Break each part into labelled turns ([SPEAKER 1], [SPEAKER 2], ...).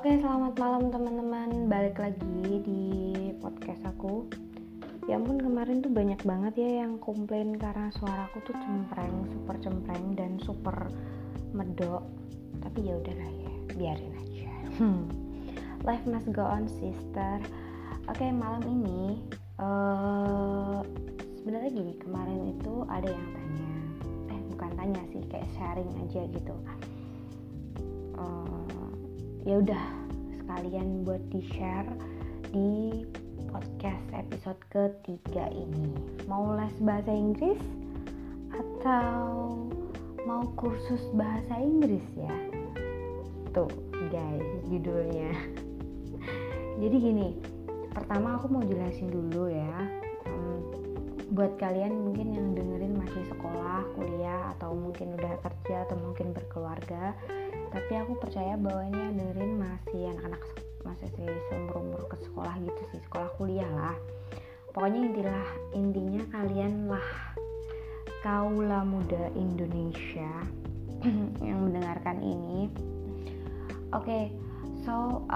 [SPEAKER 1] Oke, selamat malam teman-teman. Balik lagi di podcast aku. Ya ampun, kemarin tuh banyak banget ya yang komplain karena suaraku tuh super cempreng dan super medok. Tapi ya udahlah ya, biarin aja. Life must go on, sister. Oke, malam ini sebenarnya gini, kemarin itu ada yang bukan tanya sih, kayak sharing aja gitu. Ya udah sekalian buat di-share di podcast episode ketiga ini. Mau les bahasa Inggris atau mau kursus bahasa Inggris ya? Tuh guys judulnya. Jadi gini, pertama aku mau jelasin dulu ya, buat kalian mungkin yang dengerin masih sekolah, kuliah, atau mungkin udah kerja atau mungkin berkeluarga, tapi aku percaya bahwa ini yang dengerin masih anak-anak, masih seumur-umur ke sekolah gitu sih, sekolah kuliah lah. Pokoknya intinya kalian lah kaula muda Indonesia yang mendengarkan ini. Oke, so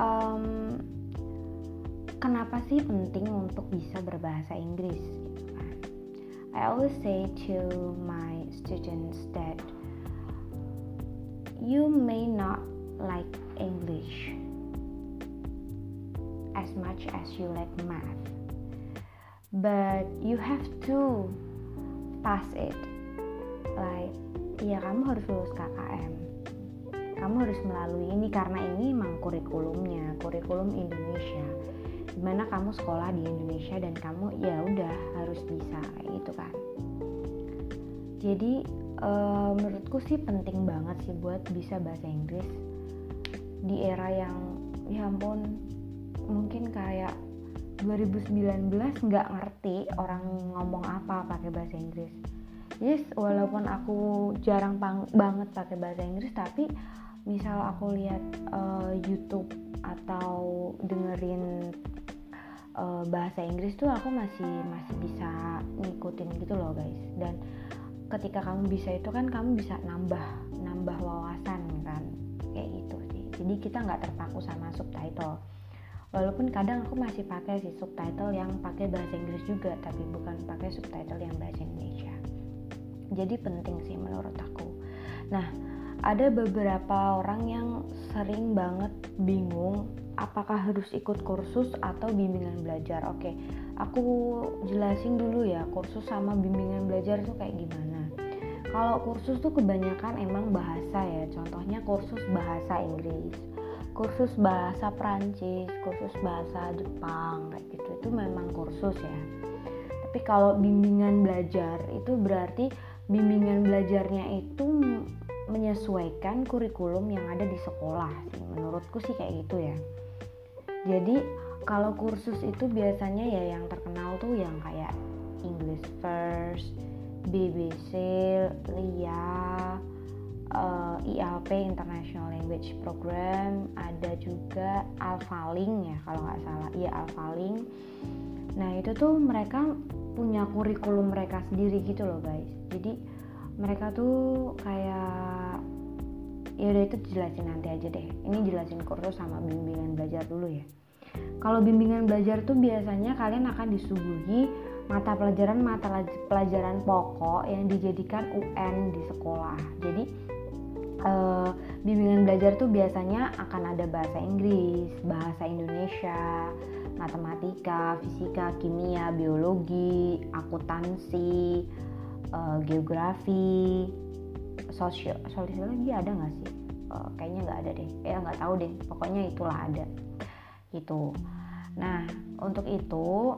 [SPEAKER 1] kenapa sih penting untuk bisa berbahasa Inggris? I always say to my students that you may not like English as much as you like math, but you have to pass it. Like, ya kamu harus lulus KKM, kamu harus melalui ini karena ini memang kurikulum Indonesia, dimana kamu sekolah di Indonesia dan kamu ya udah harus bisa kayak gitu kan. Jadi menurutku sih penting banget sih buat bisa bahasa Inggris di era yang ya ampun, mungkin kayak 2019 nggak ngerti orang ngomong apa pakai bahasa Inggris. Yes, walaupun aku jarang banget pakai bahasa Inggris, tapi misal aku lihat YouTube atau dengerin bahasa Inggris tuh aku masih bisa ngikutin gitu loh guys. Dan ketika kamu bisa itu kan kamu bisa nambah wawasan kan, kayak gitu sih. Jadi kita nggak terpaku sama subtitle. Walaupun kadang aku masih pakai sih subtitle yang pakai bahasa Inggris juga, tapi bukan pakai subtitle yang bahasa Indonesia. Jadi penting sih menurut aku. Nah, ada beberapa orang yang sering banget bingung apakah harus ikut kursus atau bimbingan belajar. Oke, aku jelasin dulu ya kursus sama bimbingan belajar tuh kayak gimana. Kalau kursus tuh kebanyakan emang bahasa ya, contohnya kursus bahasa Inggris, kursus bahasa Prancis, kursus bahasa Jepang kayak gitu, itu memang kursus ya. Tapi kalau bimbingan belajar itu berarti bimbingan belajarnya itu menyesuaikan kurikulum yang ada di sekolah sih, menurutku sih kayak gitu ya. Jadi kalau kursus itu biasanya ya yang terkenal tuh yang kayak English First, BBC, LIA, ILP International Language Program, ada juga Alphalink ya kalau nggak salah, iya Alphalink. Nah itu tuh mereka punya kurikulum mereka sendiri gitu loh guys. Jadi mereka tuh kayak, ya udah itu jelasin nanti aja deh. Ini jelasin kursus sama bimbingan belajar dulu ya. Kalau bimbingan belajar tuh biasanya kalian akan disuguhi mata pelajaran pokok yang dijadikan UN di sekolah. Jadi bimbingan belajar tuh biasanya akan ada bahasa Inggris, bahasa Indonesia, matematika, fisika, kimia, biologi, akuntansi, geografi, sosiologi ada nggak sih? Kayaknya nggak ada deh. Nggak tahu deh. Pokoknya itulah ada. Gitu. Nah untuk itu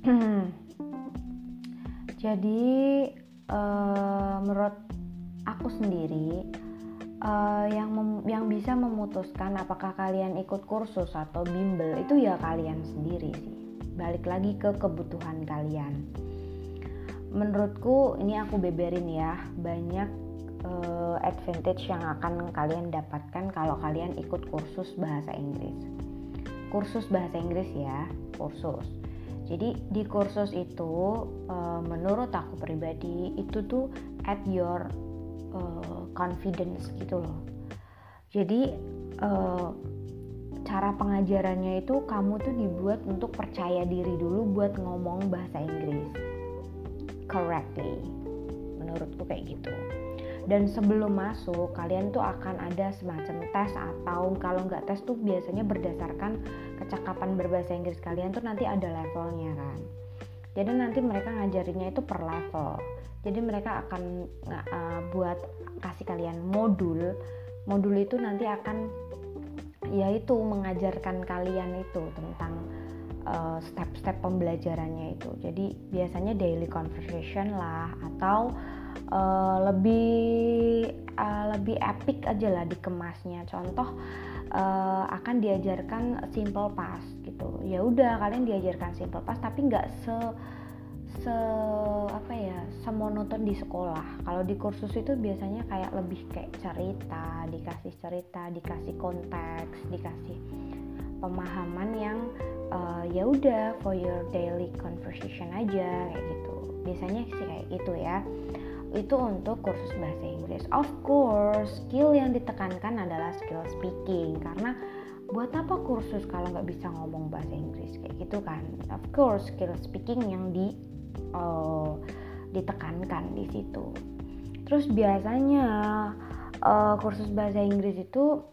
[SPEAKER 1] jadi menurut aku sendiri yang bisa memutuskan apakah kalian ikut kursus atau bimbel itu ya kalian sendiri sih. Balik lagi ke kebutuhan kalian. Menurutku ini aku beberin ya, banyak advantage yang akan kalian dapatkan kalau kalian ikut kursus bahasa Inggris. Kursus bahasa Inggris ya, kursus. Jadi di kursus itu menurut aku pribadi itu tuh add your confidence gitu loh. Jadi cara pengajarannya itu kamu tuh dibuat untuk percaya diri dulu buat ngomong bahasa Inggris correctly, menurutku kayak gitu. Dan sebelum masuk kalian tuh akan ada semacam tes, atau kalau nggak tes tuh biasanya berdasarkan kecakapan berbahasa Inggris kalian tuh nanti ada levelnya kan. Jadi nanti mereka ngajarinnya itu per level. Jadi mereka akan buat kasih kalian modul itu nanti akan yaitu mengajarkan kalian itu tentang step-step pembelajarannya itu. Jadi biasanya daily conversation lah, atau lebih epic aja lah dikemasnya. Contoh akan diajarkan simple past gitu. Ya udah, kalian diajarkan simple past tapi nggak semonoton di sekolah. Kalau di kursus itu biasanya kayak lebih kayak cerita, dikasih konteks, dikasih pemahaman yang ya udah for your daily conversation aja kayak gitu. Biasanya sih kayak gitu ya. Itu untuk kursus bahasa Inggris. Of course, skill yang ditekankan adalah skill speaking, karena buat apa kursus kalau nggak bisa ngomong bahasa Inggris kayak gitu kan. Of course, skill speaking yang ditekankan di situ. Terus biasanya kursus bahasa Inggris itu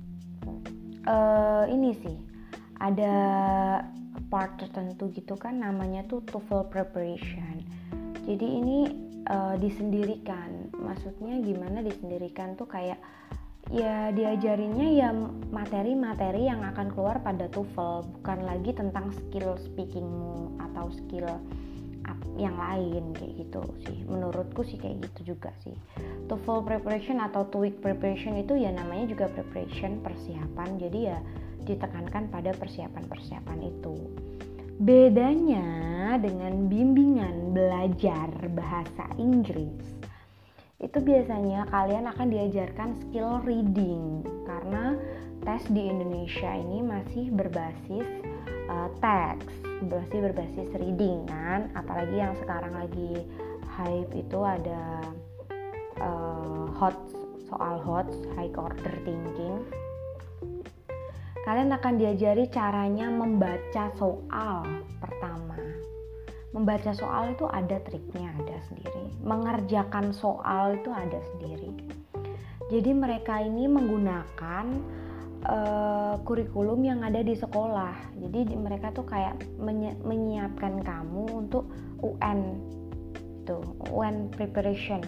[SPEAKER 1] ini sih ada part tertentu gitu kan, namanya tuh TOEFL preparation. Jadi ini disendirikan. Maksudnya gimana disendirikan tuh, kayak ya diajarinnya ya materi-materi yang akan keluar pada TOEFL, bukan lagi tentang skill speakingmu atau skill yang lain kayak gitu sih. Menurutku sih kayak gitu juga sih. TOEFL preparation atau TOEIC preparation itu ya namanya juga preparation, persiapan. Jadi ya ditekankan pada persiapan-persiapan itu. Bedanya dengan bimbingan belajar bahasa Inggris, itu biasanya kalian akan diajarkan skill reading, karena tes di Indonesia ini masih berbasis teks, masih berbasis reading kan. Apalagi yang sekarang lagi hype itu ada soal HOTS, high order thinking. Kalian akan diajari caranya membaca soal pertama. Membaca soal itu ada triknya, ada sendiri. Mengerjakan soal itu ada sendiri. Jadi mereka ini menggunakan kurikulum yang ada di sekolah. Jadi mereka tuh kayak menyiapkan kamu untuk UN itu, UN preparation.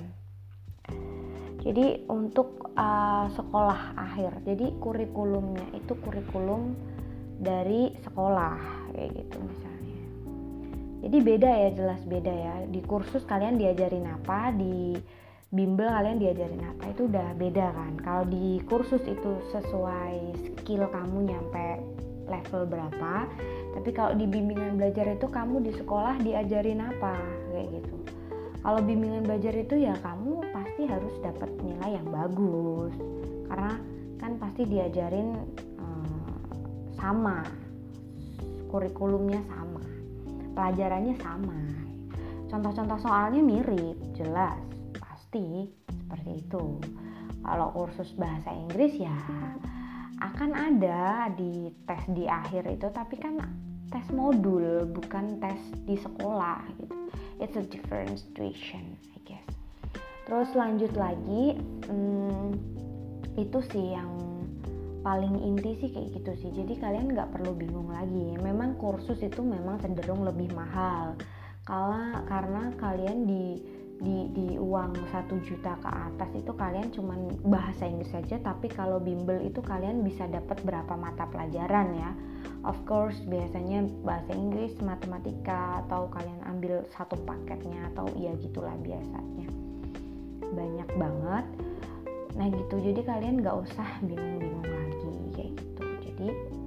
[SPEAKER 1] Jadi untuk sekolah akhir. Jadi kurikulumnya itu kurikulum dari sekolah kayak gitu misalnya. Jadi beda ya, jelas beda ya. Di kursus kalian diajarin apa, di bimbel kalian diajarin apa, itu udah beda kan. Kalau di kursus itu sesuai skill kamu nyampe level berapa. Tapi kalau di bimbingan belajar itu kamu di sekolah diajarin apa kayak gitu. Kalau bimbingan belajar itu ya kamu pasti harus dapat nilai yang bagus, karena kan pasti diajarin sama, kurikulumnya sama, pelajarannya sama, contoh-contoh soalnya mirip, jelas, pasti seperti itu. Kalau kursus bahasa Inggris ya akan ada di tes di akhir itu, tapi kan tes modul, bukan tes di sekolah gitu. It's a different situation, I guess. Terus lanjut lagi, itu sih yang paling inti sih kayak gitu sih. Jadi kalian nggak perlu bingung lagi. Memang kursus itu memang cenderung lebih mahal, karena kalian di uang 1 juta ke atas itu kalian cuman bahasa Inggris saja. Tapi kalau bimbel itu kalian bisa dapat berapa mata pelajaran ya. Of course biasanya bahasa Inggris, matematika, atau kalian ambil satu paketnya, atau ya gitulah biasanya. Banyak banget. Nah gitu, jadi kalian gak usah bingung-bingung lagi kayak gitu. Jadi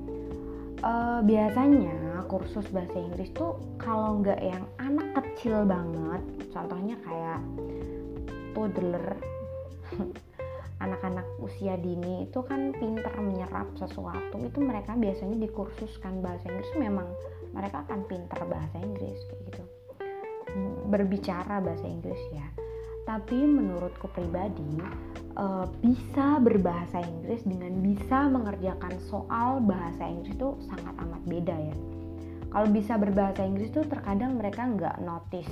[SPEAKER 1] biasanya kursus bahasa Inggris tuh kalau gak yang anak kecil banget, contohnya kayak toddler, anak-anak usia dini itu kan pinter menyerap sesuatu, itu mereka biasanya dikursuskan bahasa Inggris. Memang mereka akan pinter bahasa Inggris kayak gitu, berbicara bahasa Inggris ya. Tapi menurutku pribadi, bisa berbahasa Inggris dengan bisa mengerjakan soal bahasa Inggris itu sangat amat beda ya. Kalau bisa berbahasa Inggris tuh terkadang mereka nggak notice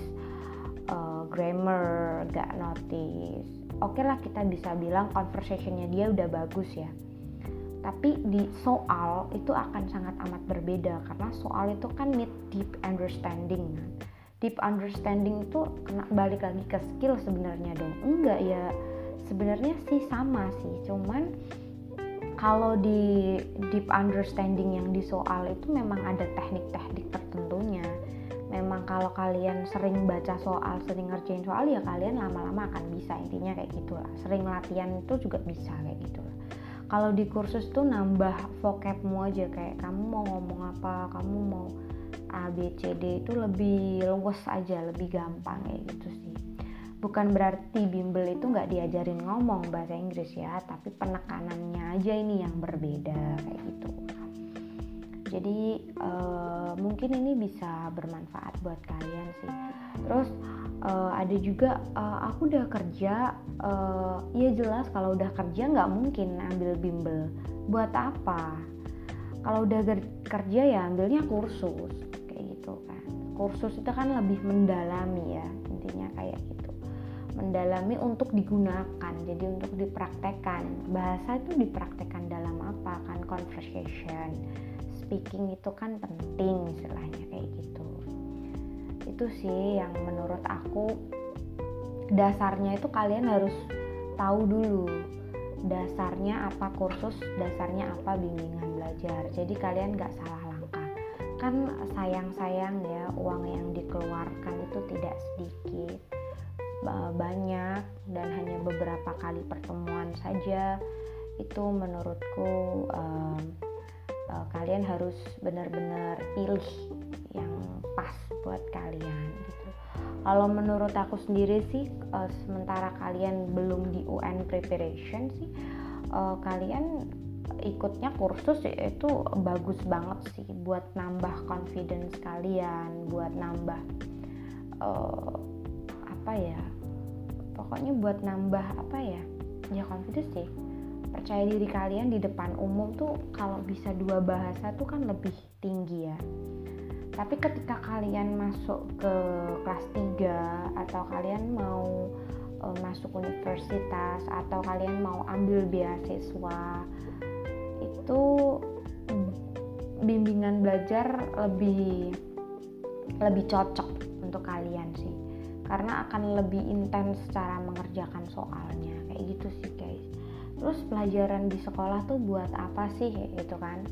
[SPEAKER 1] grammar, nggak notice. Oke lah, kita bisa bilang conversationnya dia udah bagus ya. Tapi di soal itu akan sangat amat berbeda, karena soal itu kan need deep understanding. Deep understanding itu balik lagi ke skill sebenarnya dong. Enggak ya, sebenarnya sih sama sih, cuman kalau di deep understanding yang di soal itu memang ada teknik-teknik tertentunya. Memang kalau kalian sering baca soal, sering ngerjain soal, ya kalian lama-lama akan bisa, intinya kayak gitulah. Sering latihan itu juga bisa kayak gitulah. Kalau di kursus tuh nambah vocabmu aja, kayak kamu mau ngomong apa, kamu mau A, B, C, D itu lebih luwes aja, lebih gampang kayak gitu sih. Bukan berarti bimbel itu nggak diajarin ngomong bahasa Inggris ya, tapi penekanannya aja ini yang berbeda kayak gitu. Jadi mungkin ini bisa bermanfaat buat kalian sih. Terus ada juga aku udah kerja, ya jelas kalau udah kerja nggak mungkin ambil bimbel. Buat apa? Kalau udah kerja ya ambilnya kursus kayak gitu kan. Kursus itu kan lebih mendalami ya, intinya kayak gitu. Mendalami untuk digunakan, jadi untuk dipraktekkan. Bahasa itu dipraktekkan dalam apa kan, conversation, speaking itu kan penting istilahnya kayak gitu. Itu sih yang menurut aku dasarnya itu kalian harus tahu dulu. Dasarnya apa kursus, dasarnya apa bimbingan belajar. Jadi kalian gak salah langkah. Kan sayang-sayang ya, uang yang dikeluarkan itu tidak sedikit, banyak, dan hanya beberapa kali pertemuan saja. Itu menurutku kalian harus benar-benar pilih yang pas buat kalian gitu. Kalau menurut aku sendiri sih, sementara kalian belum di UN preparation sih, kalian ikutnya kursus itu bagus banget sih buat nambah confidence kalian, buat nambah pokoknya buat nambah confidence sih, percaya diri kalian di depan umum tuh. Kalau bisa 2 bahasa tuh kan lebih tinggi ya. Tapi ketika kalian masuk ke kelas 3 atau kalian mau masuk universitas atau kalian mau ambil beasiswa, itu bimbingan belajar lebih cocok untuk kalian sih, karena akan lebih intens cara mengerjakan soalnya kayak gitu sih guys. Terus pelajaran di sekolah tuh buat apa sih gitu kan?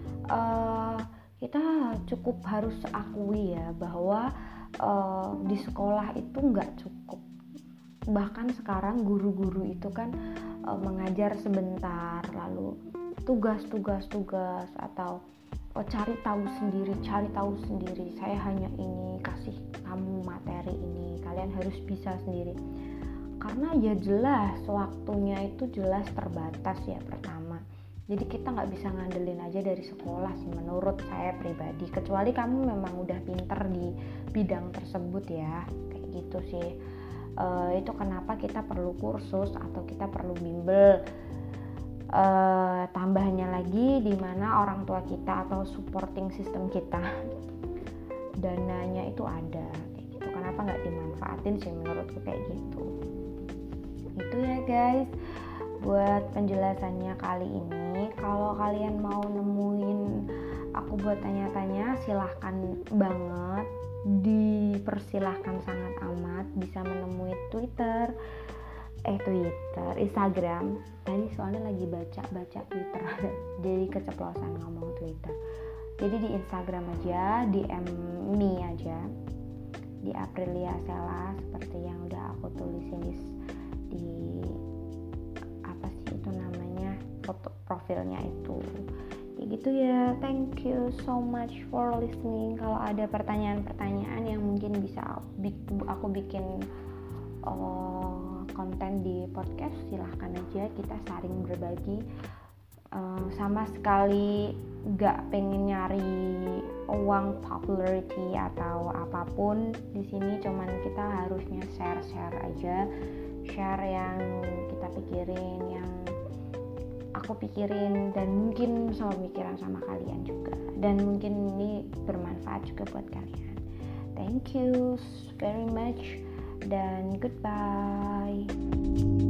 [SPEAKER 1] Kita cukup harus akui ya bahwa di sekolah itu nggak cukup. Bahkan sekarang guru-guru itu kan mengajar sebentar, lalu tugas atau cari tahu sendiri. Saya hanya ini kasih kamu materi ini, kalian harus bisa sendiri. Karena ya jelas waktunya itu jelas terbatas ya pertama. Jadi kita nggak bisa ngandelin aja dari sekolah sih menurut saya pribadi. Kecuali kamu memang udah pinter di bidang tersebut ya, kayak gitu sih. Itu kenapa kita perlu kursus atau kita perlu bimbel. Tambahnya lagi di mana orang tua kita atau supporting system kita dananya itu ada kayak gitu. Kenapa nggak dimanfaatin sih menurutku kayak gitu. Itu ya guys buat penjelasannya kali ini. Kalau kalian mau nemuin aku buat tanya-tanya, silahkan banget, dipersilahkan sangat amat. Bisa menemui Instagram. Tadi soalnya lagi baca Twitter jadi keceplosan ngomong Twitter. Jadi di Instagram aja, DM me aja, di Aprilia Sela seperti yang udah aku tulisin di apa sih itu namanya, foto profilnya itu. Ya gitu ya. Thank you so much for listening. Kalau ada pertanyaan-pertanyaan yang mungkin bisa aku bikin konten di podcast, silahkan aja, kita saling berbagi sama sekali gak pengen nyari uang, popularity atau apapun di sini. Cuman kita harusnya share aja, share yang kita pikirin, yang aku pikirin, dan mungkin pemikiran sama kalian juga, dan mungkin ini bermanfaat juga buat kalian. Thank you very much dan goodbye.